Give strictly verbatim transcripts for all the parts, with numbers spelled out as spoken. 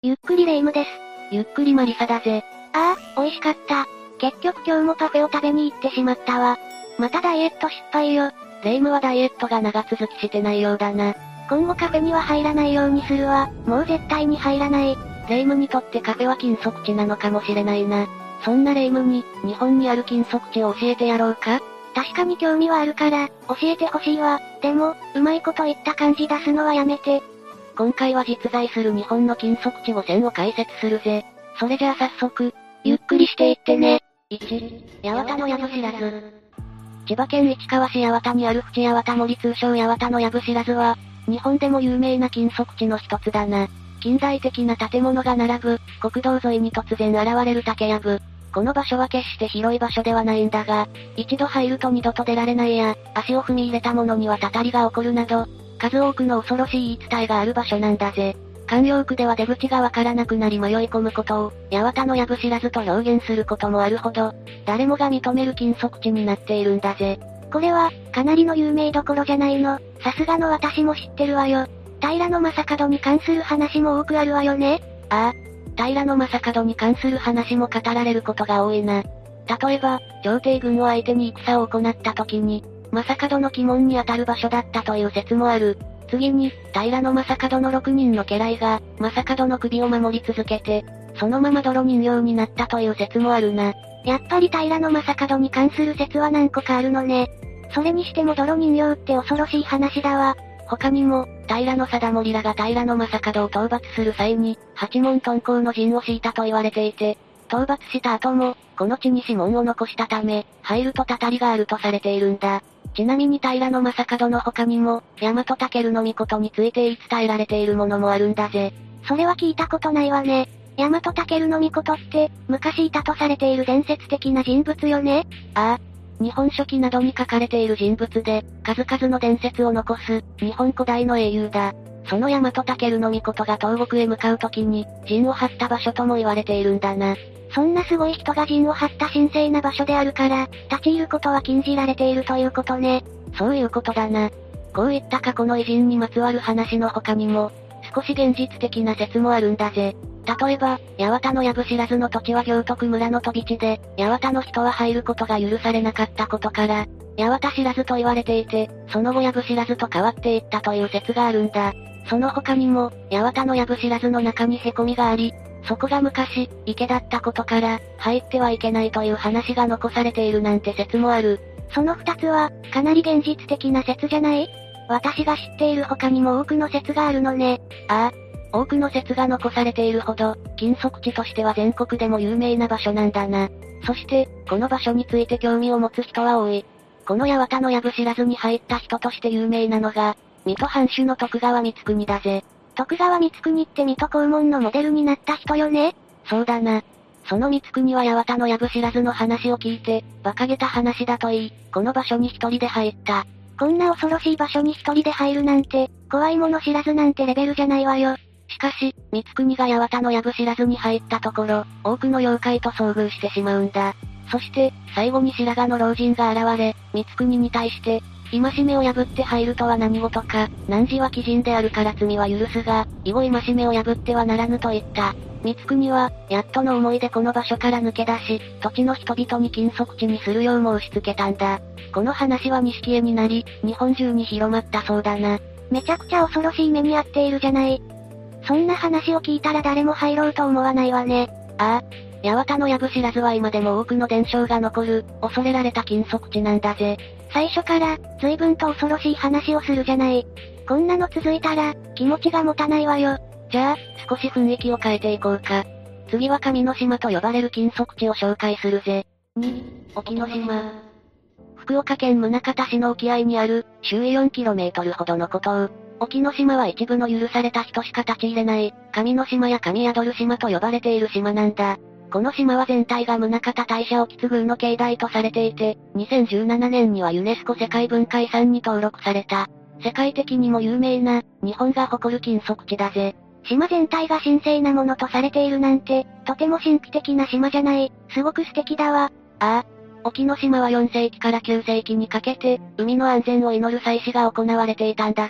ゆっくりレ夢ムです。 ゆっくりマリサだぜ。 ああ、美味しかった。結局今日もパフェを食べに行ってしまったわ。またダイエット失敗よ。 レ夢ムはダイエットが長続きしてないようだな。 今後カフェには入らないようにするわ。もう絶対に入らない。 レ夢ムにとってカフェは禁足地なのかもしれないな。そんなレ夢ムに、日本にある禁足地を教えてやろうか？ 確かに興味はあるから、教えてほしいわ。でも、うまいこと言った感じ出すのはやめて。 今回は実在する日本の禁足地ごせんを解説するぜ。それじゃあ早速、 ゆっくりしていってね。 いち、八幡の藪知らず。千葉県市川市八幡にある淵八幡森通称八幡の藪知らずは、日本でも有名な禁足地の一つだな。近代的な建物が並ぶ、国道沿いに突然現れる竹やぶ。この場所は決して広い場所ではないんだが、一度入ると二度と出られないや、足を踏み入れた者にはたたりが起こるなど、数多くの恐ろしい言い伝えがある場所なんだぜ。慣用句では出口がわからなくなり迷い込むことを、八幡の藪知らずと表現することもあるほど、誰もが認める禁足地になっているんだぜ。 これは、かなりの有名どころじゃないの。さすがの私も知ってるわよ。平野正門に関する話も多くあるわよね。 ああ、平野正門に関する話も語られることが多いな。例えば、朝廷軍を相手に戦を行った時に、正門の鬼門に当たる場所だったという説もある。次に、平野正門のろくにんの家来が、正門の首を守り続けて、そのまま泥人形になったという説もあるな。 やっぱり平野正門に関する説は何個かあるのね。それにしても泥人形って恐ろしい話だわ。 他にも、平野貞盛らが平野正門を討伐する際に、八門遁甲の陣を敷いたと言われていて、討伐した後も、この地に指紋を残したため、入るとたたりがあるとされているんだ。ちなみに平野正門の他にも、大和武の命について言い伝えられているものもあるんだぜ。 それは聞いたことないわね。大和武の命って、昔いたとされている伝説的な人物よね。 ああ。日本書紀などに書かれている人物で、数々の伝説を残す、日本古代の英雄だ。その大和武の命が東国へ向かう時に、陣を張った場所とも言われているんだな。 そんなすごい人が陣を張った神聖な場所であるから、立ち入ることは禁じられているということね。 そういうことだな。こういった過去の偉人にまつわる話の他にも、少し現実的な説もあるんだぜ。例えば、八幡の藪知らずの土地は行徳村の飛び地で、八幡の人は入ることが許されなかったことから、八幡知らずと言われていて、その後藪知らずと変わっていったという説があるんだ。その他にも、八幡の藪知らずの中に凹みがあり、そこが昔、池だったことから、入ってはいけないという話が残されているなんて説もある。 その二つは、かなり現実的な説じゃない？私が知っている他にも多くの説があるのね。 ああ、多くの説が残されているほど、禁足地としては全国でも有名な場所なんだな。そして、この場所について興味を持つ人は多い。この八幡の藪知らずに入った人として有名なのが、水戸藩主の徳川光圀だぜ。 徳川光圀って水戸黄門のモデルになった人よね？ そうだな。その光圀は八幡の藪知らずの話を聞いて、馬鹿げた話だと言い、この場所に一人で入った。 こんな恐ろしい場所に一人で入るなんて、怖いもの知らずなんてレベルじゃないわよ。 しかし、光圀が八幡の藪知らずに入ったところ、多くの妖怪と遭遇してしまうんだ。そして、最後に白髪の老人が現れ、光圀に対して、戒めを破って入るとは何事か、汝は鬼人であるから罪は許すが、以後戒めを破ってはならぬと言った。光圀は、やっとの思いでこの場所から抜け出し、土地の人々に禁足地にするよう申し付けたんだ。この話は錦絵になり、日本中に広まったそうだな。 めちゃくちゃ恐ろしい目に遭っているじゃない。そんな話を聞いたら誰も入ろうと思わないわね。 ああ、八幡の藪知らずは今でも多くの伝承が残る、恐れられた禁足地なんだぜ。 最初から、随分と恐ろしい話をするじゃない。こんなの続いたら、気持ちが持たないわよ。 じゃあ、少し雰囲気を変えていこうか。次は神の島と呼ばれる禁足地を紹介するぜ。に、沖ノ島。福岡県宗像市の沖合にある、周囲 よんキロメートル ほどの孤島。沖ノ島は一部の許された人しか立ち入れない、神の島や神宿る島と呼ばれている島なんだ。この島は全体が宗像大社沖津宮の境内とされていて、にせんじゅうななねんにはユネスコ世界文化遺産に登録された。世界的にも有名な、日本が誇る禁足地だぜ。 島全体が神聖なものとされているなんて、とても神秘的な島じゃない。すごく素敵だわ。 ああ。沖ノ島はよんせいきからきゅうせいきにかけて、海の安全を祈る祭祀が行われていたんだが、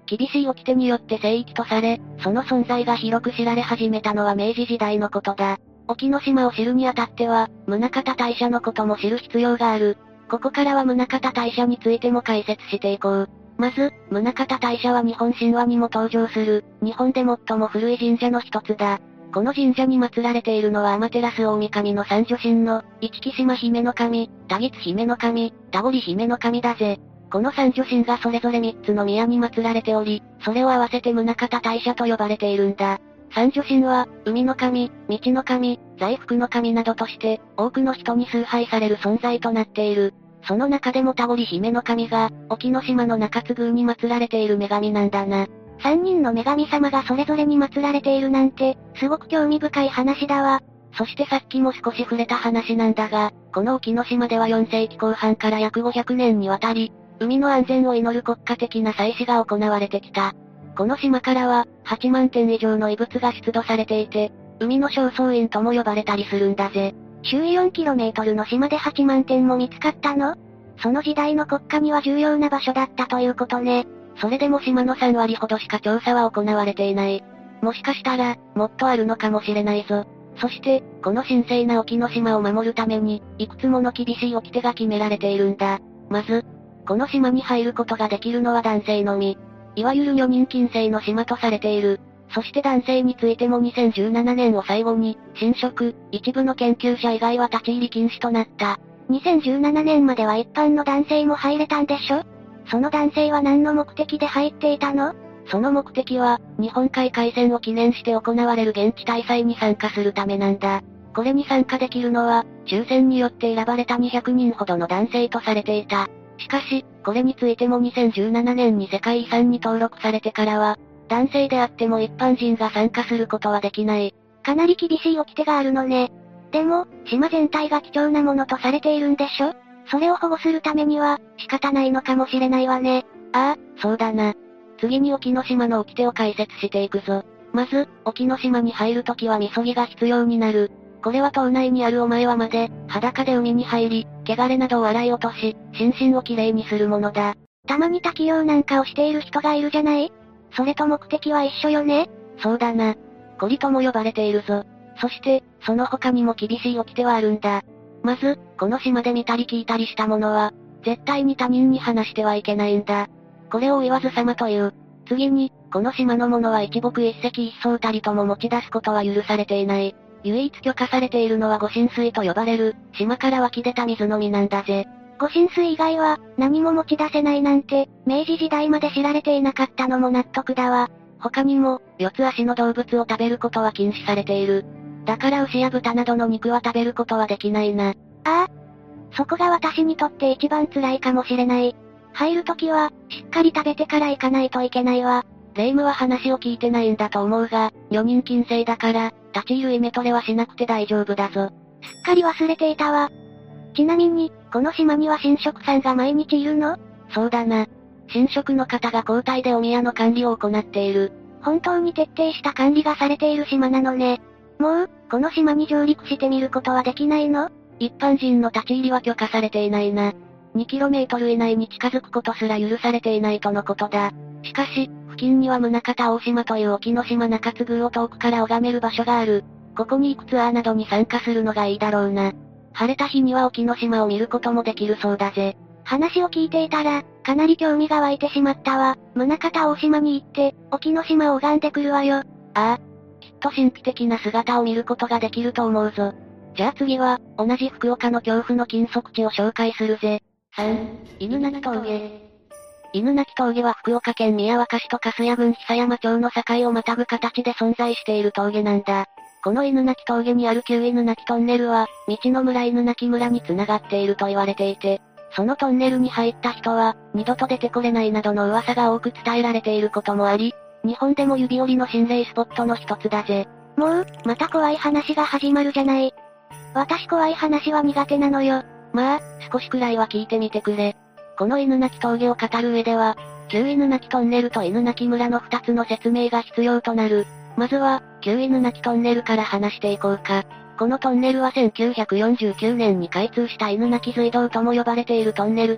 厳しい掟によって聖域とされ、その存在が広く知られ始めたのは明治時代のことだ。沖ノ島を知るにあたっては、宗像大社のことも知る必要がある。ここからは宗像大社についても解説していこう。まず、宗像大社は日本神話にも登場する、日本で最も古い神社の一つだ。この神社に祀られているのは天照大神の三女神の、市来島姫の神、多吉姫の神、田堀姫の神だぜ。この三女神がそれぞれ三つの宮に祀られており、それを合わせて宗像大社と呼ばれているんだ。三女神は、海の神、道の神、財福の神などとして、多くの人に崇拝される存在となっている。その中でも田堀姫の神が、沖ノ島の中津宮に祀られている女神なんだな。 三人の女神様がそれぞれに祀られているなんて、すごく興味深い話だわ。 そしてさっきも少し触れた話なんだが、この沖ノ島ではよんせいきこう半から約ごひゃくねんにわたり、海の安全を祈る国家的な祭祀が行われてきた。この島からは、はちまんてん以上の遺物が出土されていて、海の正倉院とも呼ばれたりするんだぜ。 周囲 よんキロメートル の島ではちまんてんも見つかったの？その時代の国家には重要な場所だったということね。 それでも島のさんわりほどしか調査は行われていない。もしかしたら、もっとあるのかもしれないぞ。そして、この神聖な沖ノ島を守るために、いくつもの厳しい掟が決められているんだ。まず、この島に入ることができるのは男性のみ。いわゆる女人禁制の島とされている。そして男性についてもにせんじゅうななねんを最後に、神職、一部の研究者以外は立ち入り禁止となった。 にせんじゅうななねんまでは一般の男性も入れたんでしょ？その男性は何の目的で入っていたの？ その目的は、日本海海戦を記念して行われる現地大祭に参加するためなんだ。これに参加できるのは、抽選によって選ばれたにひゃくにんほどの男性とされていた。しかし、これについてもにせんじゅうななねんに世界遺産に登録されてからは、男性であっても一般人が参加することはできない。 かなり厳しい掟があるのね。でも、島全体が貴重なものとされているんでしょ？それを保護するためには、仕方ないのかもしれないわね。 ああ、そうだな。次に沖ノ島の掟を解説していくぞ。まず、沖ノ島に入るときは禊ぎが必要になる。これは島内にあるお前はまで、裸で海に入り、汚れなどを洗い落とし、心身をきれいにするものだ。 たまに滝行なんかをしている人がいるじゃない？それと目的は一緒よね？ そうだな。コリとも呼ばれているぞ。そして、その他にも厳しい掟はあるんだ。まず、この島で見たり聞いたりしたものは、絶対に他人に話してはいけないんだ。これを言わずさまという。次に、この島のものは一木一石一草たりとも持ち出すことは許されていない。唯一許可されているのは御神水と呼ばれる、島から湧き出た水のみなんだぜ。 御神水以外は、何も持ち出せないなんて、明治時代まで知られていなかったのも納得だわ。 他にも、四つ足の動物を食べることは禁止されている。だから牛や豚などの肉は食べることはできないな。 ああ。そこが私にとって一番辛いかもしれない。入るときは、しっかり食べてから行かないといけないわ。 霊夢は話を聞いてないんだと思うが、女人禁制だから、立ち入るイメトレはしなくて大丈夫だぞ。 すっかり忘れていたわ。ちなみに、この島には神職さんが毎日いるの？ そうだな。神職の方が交代でお宮の管理を行っている。 本当に徹底した管理がされている島なのね。もう、この島に上陸してみることはできないの？ 一般人の立ち入りは許可されていないな。にキロメートル以内に近づくことすら許されていないとのことだ。しかし、付近には宗像大島という沖ノ島中津宮を遠くから拝める場所がある。ここに行くツアーなどに参加するのがいいだろうな。晴れた日には沖ノ島を見ることもできるそうだぜ。 話を聞いていたら、かなり興味が湧いてしまったわ。宗像大島に行って、沖ノ島を拝んでくるわよ。 ああ。きっと神秘的な姿を見ることができると思うぞ。じゃあ次は、同じ福岡の恐怖の禁足地を紹介するぜ。さん、犬鳴峠。犬鳴峠は福岡県宮若市と粕谷郡久山町の境をまたぐ形で存在している峠なんだ。この犬鳴峠にある旧犬鳴トンネルは、道の村犬鳴村に繋がっていると言われていて、そのトンネルに入った人は、二度と出てこれないなどの噂が多く伝えられていることもあり、日本でも指折りの心霊スポットの一つだぜ。 もう、また怖い話が始まるじゃない。私怖い話は苦手なのよ。 まあ、少しくらいは聞いてみてくれ。この犬鳴峠を語る上では、旧犬鳴トンネルと犬鳴村の二つの説明が必要となる。まずは、旧犬鳴トンネルから話していこうか。このトンネルはせんきゅうひゃくよんじゅうきゅうねんに開通した犬鳴隧道とも呼ばれているトンネルで、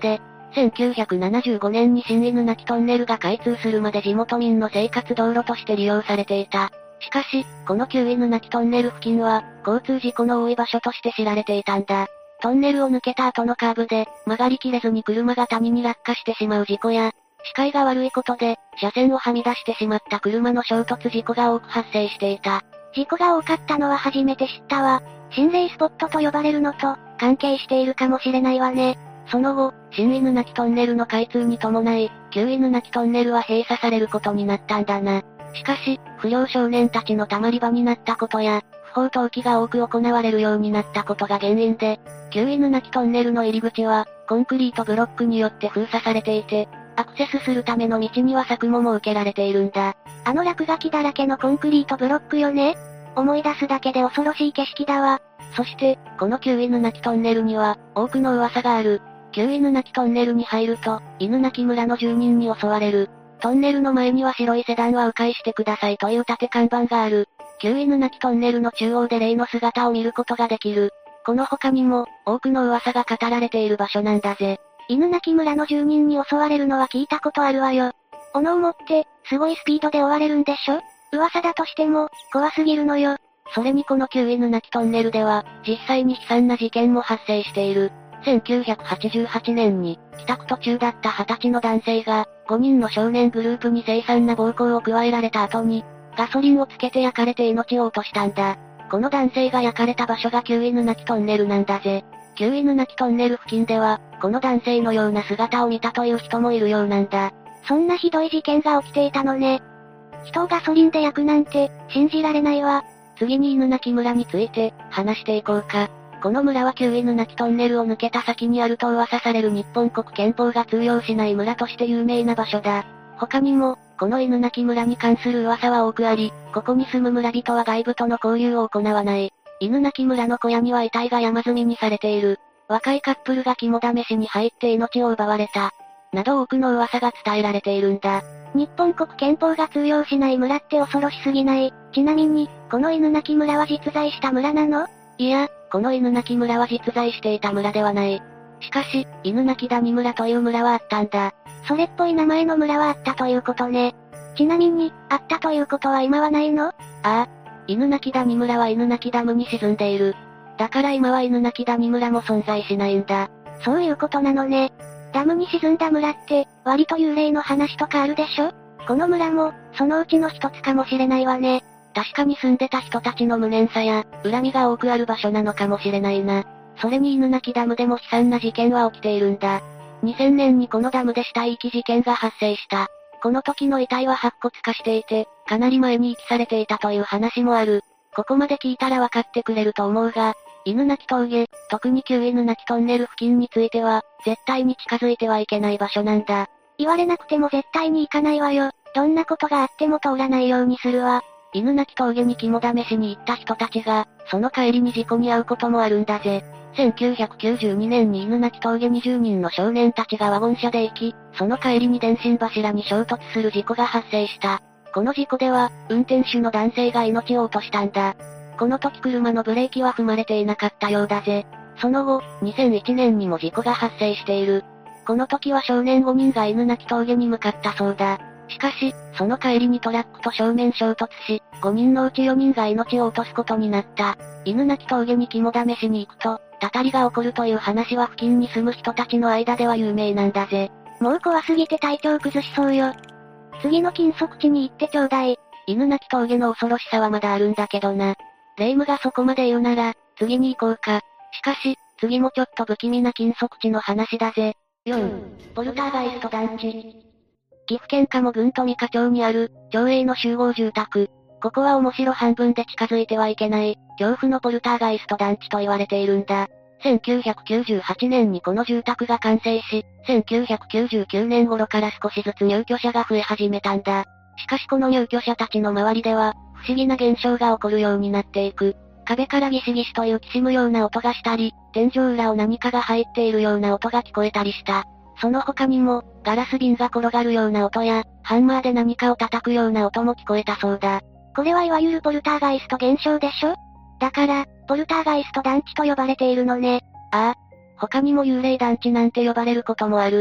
せんきゅうひゃくななじゅうごねんに新犬鳴トンネルが開通するまで地元民の生活道路として利用されていた。しかし、この旧犬鳴トンネル付近は、交通事故の多い場所として知られていたんだ。トンネルを抜けた後のカーブで、曲がりきれずに車が谷に落下してしまう事故や、視界が悪いことで、車線をはみ出してしまった車の衝突事故が多く発生していた。 事故が多かったのは初めて知ったわ。心霊スポットと呼ばれるのと、関係しているかもしれないわね。 その後、新犬鳴トンネルの開通に伴い、旧犬鳴トンネルは閉鎖されることになったんだな。しかし、不良少年たちの溜まり場になったことや、不法投棄が多く行われるようになったことが原因で、旧犬鳴トンネルの入り口は、コンクリートブロックによって封鎖されていて、アクセスするための道には柵も設けられているんだ。 あの落書きだらけのコンクリートブロックよね。思い出すだけで恐ろしい景色だわ。 そして、この旧犬鳴トンネルには、多くの噂がある。旧犬鳴トンネルに入ると、犬鳴村の住人に襲われる。トンネルの前には白いセダンは迂回してくださいという縦看板がある。旧犬鳴トンネルの中央で霊の姿を見ることができる。この他にも、多くの噂が語られている場所なんだぜ。 犬鳴村の住人に襲われるのは聞いたことあるわよ。斧を持って、すごいスピードで追われるんでしょ？噂だとしても、怖すぎるのよ。 それにこの旧犬鳴トンネルでは、実際に悲惨な事件も発生している。せんきゅうひゃくはちじゅうはちねんに、帰宅途中だったはたちの男性が、ごにんの少年グループに凄惨な暴行を加えられた後に、ガソリンをつけて焼かれて命を落としたんだ。この男性が焼かれた場所が旧犬鳴トンネルなんだぜ。旧犬鳴トンネル付近では、この男性のような姿を見たという人もいるようなんだ。 そんなひどい事件が起きていたのね。人をガソリンで焼くなんて、信じられないわ。 次に犬鳴村について、話していこうか。この村は旧犬鳴トンネルを抜けた先にあると噂される日本国憲法が通用しない村として有名な場所だ。他にも、この犬鳴村に関する噂は多くあり、ここに住む村人は外部との交流を行わない。犬鳴村の小屋には遺体が山積みにされている。若いカップルが肝試しに入って命を奪われた。など多くの噂が伝えられているんだ。 日本国憲法が通用しない村って恐ろしすぎない。ちなみに、この犬鳴村は実在した村なの？ いや、この犬鳴村は実在していた村ではない。しかし、犬鳴谷村という村はあったんだ。 それっぽい名前の村はあったということね。ちなみに、あったということは今はないの？ ああ。犬鳴谷村は犬鳴ダムに沈んでいる。だから今は犬鳴谷村も存在しないんだ。 そういうことなのね。ダムに沈んだ村って、割と幽霊の話とかあるでしょ？この村も、そのうちの一つかもしれないわね。 確かに住んでた人たちの無念さや、恨みが多くある場所なのかもしれないな。それに犬鳴ダムでも悲惨な事件は起きているんだ。にせんねんにこのダムで死体遺棄事件が発生した。この時の遺体は白骨化していて、かなり前に遺棄されていたという話もある。ここまで聞いたらわかってくれると思うが、犬鳴峠、特に旧犬鳴トンネル付近については、絶対に近づいてはいけない場所なんだ。 言われなくても絶対に行かないわよ。どんなことがあっても通らないようにするわ。 犬鳴峠に肝試しに行った人たちが、その帰りに事故に遭うこともあるんだぜ。せんきゅうひゃくきゅうじゅうにねんに犬鳴峠にじゅうにんの少年たちがワゴン車で行き、その帰りに電信柱に衝突する事故が発生した。この事故では、運転手の男性が命を落としたんだ。この時車のブレーキは踏まれていなかったようだぜ。その後、にせんいちねんにも事故が発生している。この時は少年ごにんが犬鳴峠に向かったそうだ。しかし、その帰りにトラックと正面衝突し、ごにんのうちよにんが命を落とすことになった。犬鳴峠に肝試しに行くと、たたりが起こるという話は付近に住む人たちの間では有名なんだぜ。 もう怖すぎて体調崩しそうよ。次の禁足地に行ってちょうだい。 犬鳴峠の恐ろしさはまだあるんだけどな。霊夢がそこまで言うなら、次に行こうか。しかし、次もちょっと不気味な禁足地の話だぜ。よん、ポルターガイスト団地。岐阜県加茂郡富加町にある、町営の集合住宅。ここは面白半分で近づいてはいけない、恐怖のポルターガイスト団地と言われているんだ。せんきゅうひゃくきゅうじゅうはちねんにこの住宅が完成し、せんきゅうひゃくきゅうじゅうきゅうねん頃から少しずつ入居者が増え始めたんだ。しかしこの入居者たちの周りでは、不思議な現象が起こるようになっていく。壁からギシギシというきしむような音がしたり、天井裏を何かが入っているような音が聞こえたりした。その他にも、ガラス瓶が転がるような音や、ハンマーで何かを叩くような音も聞こえたそうだ。 これはいわゆるポルターガイスト現象でしょ？だから、ポルターガイスト団地と呼ばれているのね。 ああ。他にも幽霊団地なんて呼ばれることもある。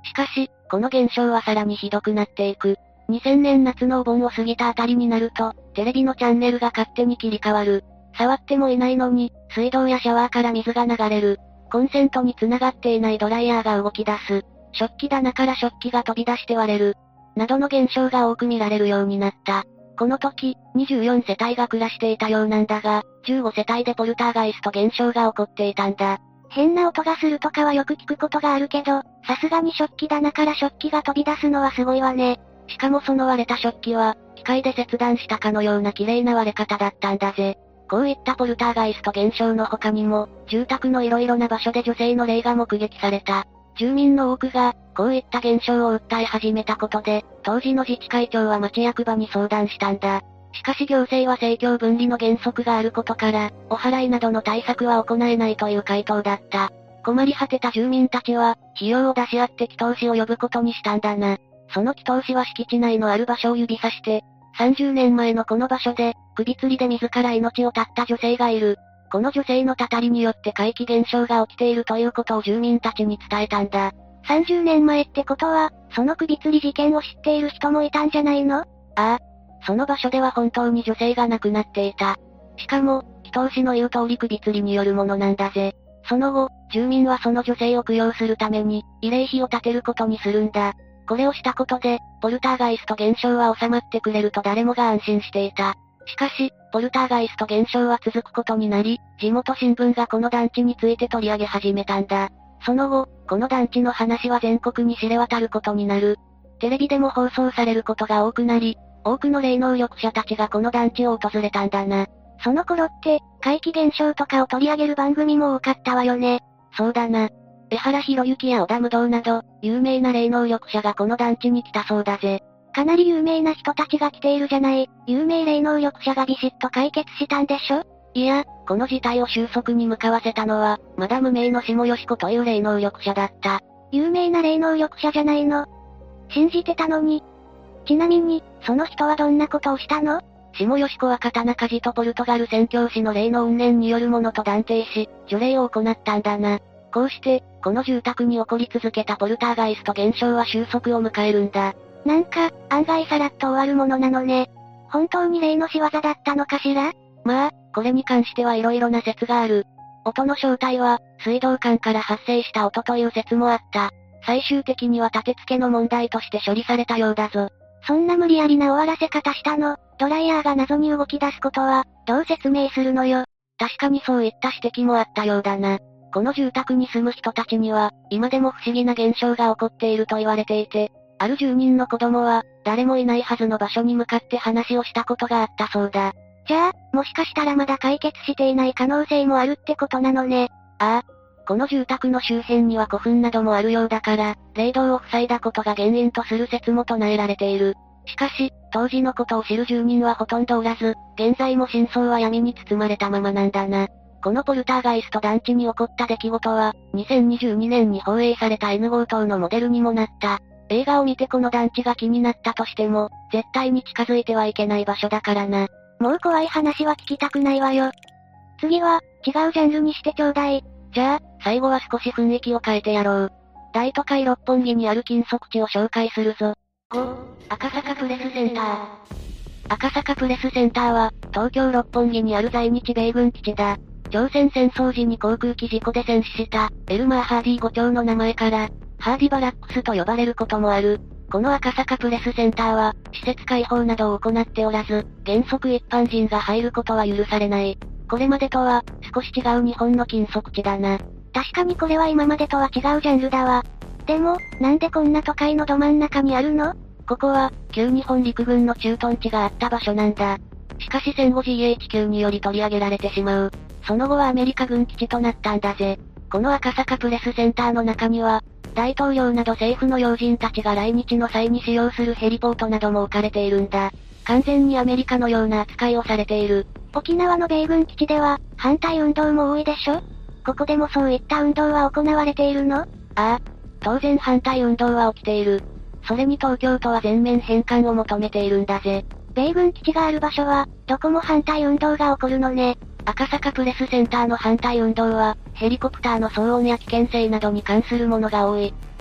しかし、この現象はさらにひどくなっていく。にせんねん夏のお盆を過ぎたあたりになると、テレビのチャンネルが勝手に切り替わる。触ってもいないのに、水道やシャワーから水が流れる。コンセントに繋がっていないドライヤーが動き出す。食器棚から食器が飛び出して割れる。などの現象が多く見られるようになった。この時、にじゅうよんせたいが暮らしていたようなんだが、じゅうごせたいでポルターガイスト現象が起こっていたんだ。 変な音がするとかはよく聞くことがあるけど、さすがに食器棚から食器が飛び出すのはすごいわね。 しかもその割れた食器は、機械で切断したかのような綺麗な割れ方だったんだぜ。こういったポルターガイスト現象の他にも、住宅の色々な場所で女性の霊が目撃された。住民の多くが、こういった現象を訴え始めたことで、当時の自治会長は町役場に相談したんだ。しかし行政は政教分離の原則があることから、お祓いなどの対策は行えないという回答だった。困り果てた住民たちは、費用を出し合って祈祷師を呼ぶことにしたんだな。その祈祷師は敷地内のある場所を指さして、さんじゅうねんまえのこの場所で、首吊りで自ら命を絶った女性がいる。この女性のたたりによって怪奇現象が起きているということを住民たちに伝えたんだ。 さんじゅうねんまえってことは、その首吊り事件を知っている人もいたんじゃないの？ああ。その場所では本当に女性が亡くなっていた。しかも、祈祷師の言う通り首吊りによるものなんだぜ。その後、住民はその女性を供養するために、慰霊碑を建てることにするんだ。これをしたことで、ポルターガイスト現象は収まってくれると誰もが安心していた。しかし、ポルターガイスト現象は続くことになり、地元新聞がこの団地について取り上げ始めたんだ。その後、この団地の話は全国に知れ渡ることになる。テレビでも放送されることが多くなり、多くの霊能力者たちがこの団地を訪れたんだな。 その頃って、怪奇現象とかを取り上げる番組も多かったわよね。 そうだな。江原博之や織田無道など、有名な霊能力者がこの団地に来たそうだぜ。 かなり有名な人たちが来ているじゃない。有名霊能力者がビシッと解決したんでしょ？ いや、この事態を収束に向かわせたのは、まだ無名の下吉子という霊能力者だった。 有名な霊能力者じゃないの？信じてたのに。ちなみに、その人はどんなことをしたの？ 下吉子は刀鍛冶とポルトガル宣教師の霊の怨念によるものと断定し、除霊を行ったんだな。こうして、この住宅に起こり続けたポルターガイスト現象は収束を迎えるんだ。 なんか、案外さらっと終わるものなのね。本当に霊の仕業だったのかしら？ まあ、これに関しては色々な説がある。音の正体は、水道管から発生した音という説もあった。最終的には立て付けの問題として処理されたようだぞ。 そんな無理やりな終わらせ方したの？ドライヤーが謎に動き出すことは、どう説明するのよ。 確かにそういった指摘もあったようだな。この住宅に住む人たちには、今でも不思議な現象が起こっていると言われていて、ある住人の子供は、誰もいないはずの場所に向かって話をしたことがあったそうだ。 じゃあ、もしかしたらまだ解決していない可能性もあるってことなのね。 ああ。この住宅の周辺には古墳などもあるようだから、霊道を塞いだことが原因とする説も唱えられている。しかし、当時のことを知る住人はほとんどおらず、現在も真相は闇に包まれたままなんだな。このポルターガイスト団地に起こった出来事は、にせんにじゅうにねんに放映された N 号棟のモデルにもなった。映画を見てこの団地が気になったとしても、絶対に近づいてはいけない場所だからな。 もう怖い話は聞きたくないわよ。次は、違うジャンルにしてちょうだい。 じゃあ、最後は少し雰囲気を変えてやろう。大都会六本木にある禁足地を紹介するぞ。ご、赤坂プレスセンター。赤坂プレスセンターは、東京六本木にある在日米軍基地だ。朝鮮戦争時に航空機事故で戦死した、エルマー・ハーディ伍長の名前から、ハーディバラックスと呼ばれることもある。この赤坂プレスセンターは、施設開放などを行っておらず、原則一般人が入ることは許されない。これまでとは、少し違う日本の禁足地だな。 確かにこれは今までとは違うジャンルだわ。でも、なんでこんな都会のど真ん中にあるの？ ここは、旧日本陸軍の駐屯地があった場所なんだ。しかし戦後 ジーエイチキュー により取り上げられてしまう。その後はアメリカ軍基地となったんだぜ。この赤坂プレスセンターの中には、大統領など政府の要人たちが来日の際に使用するヘリポートなども置かれているんだ。完全にアメリカのような扱いをされている。 沖縄の米軍基地では、反対運動も多いでしょ？ここでもそういった運動は行われているの？ああ。当然反対運動は起きている。それに東京都は全面返還を求めているんだぜ。 米軍基地がある場所は、どこも反対運動が起こるのね。 赤坂プレスセンターの反対運動は、ヘリコプターの騒音や危険性などに関するものが多い。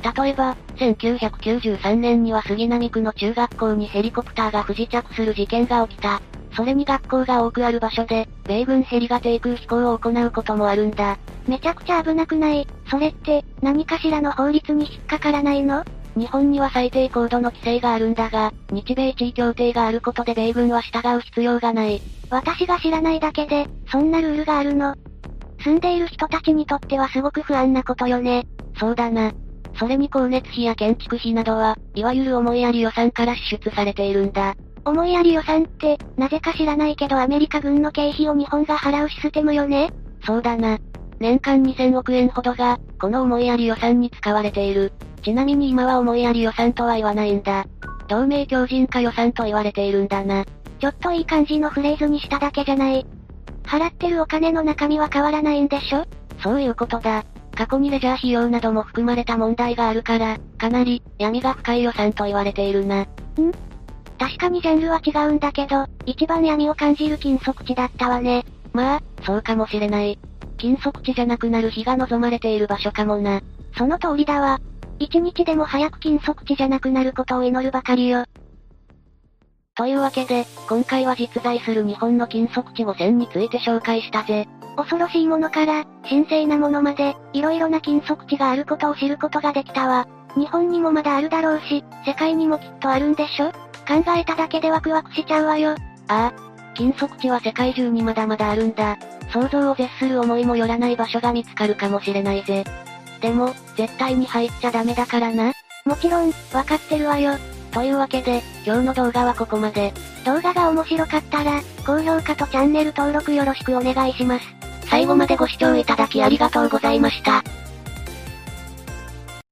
例えば、せんきゅうひゃくきゅうじゅうさんねんには杉並区の中学校にヘリコプターが不時着する事件が起きた。それに学校が多くある場所で、米軍ヘリが低空飛行を行うこともあるんだ。 めちゃくちゃ危なくない？それって、何かしらの法律に引っかからないの？ 日本には最低高度の規制があるんだが、日米地位協定があることで米軍は従う必要がない。 私が知らないだけで、そんなルールがあるの？住んでいる人たちにとってはすごく不安なことよね。 そうだな。それに光熱費や建築費などは、いわゆる思いやり予算から支出されているんだ。 思いやり予算って、なぜか知らないけどアメリカ軍の経費を日本が払うシステムよね？ そうだな。年間にせんおくえんほどが、この思いやり予算に使われている。ちなみに今は思いやり予算とは言わないんだ。同盟強靭化予算と言われているんだな。 ちょっといい感じのフレーズにしただけじゃない。払ってるお金の中身は変わらないんでしょ？ そういうことだ。過去にレジャー費用なども含まれた問題があるから、かなり、闇が深い予算と言われているな。ん？ 確かにジャンルは違うんだけど、一番闇を感じる禁足地だったわね。 まあ、そうかもしれない。禁足地じゃなくなる日が望まれている場所かもな。 その通りだわ。一日でも早く禁足地じゃなくなることを祈るばかりよ。 というわけで、今回は実在する日本の禁足地ごせんについて紹介したぜ。 恐ろしいものから、神聖なものまで、いろいろな禁足地があることを知ることができたわ。日本にもまだあるだろうし、世界にもきっとあるんでしょ？考えただけでワクワクしちゃうわよ。 ああ。禁足地は世界中にまだまだあるんだ。想像を絶する思いもよらない場所が見つかるかもしれないぜ。でも、絶対に入っちゃダメだからな。 もちろん、わかってるわよ。 というわけで、今日の動画はここまで。 動画が面白かったら、高評価とチャンネル登録よろしくお願いします。 最後までご視聴いただきありがとうございました。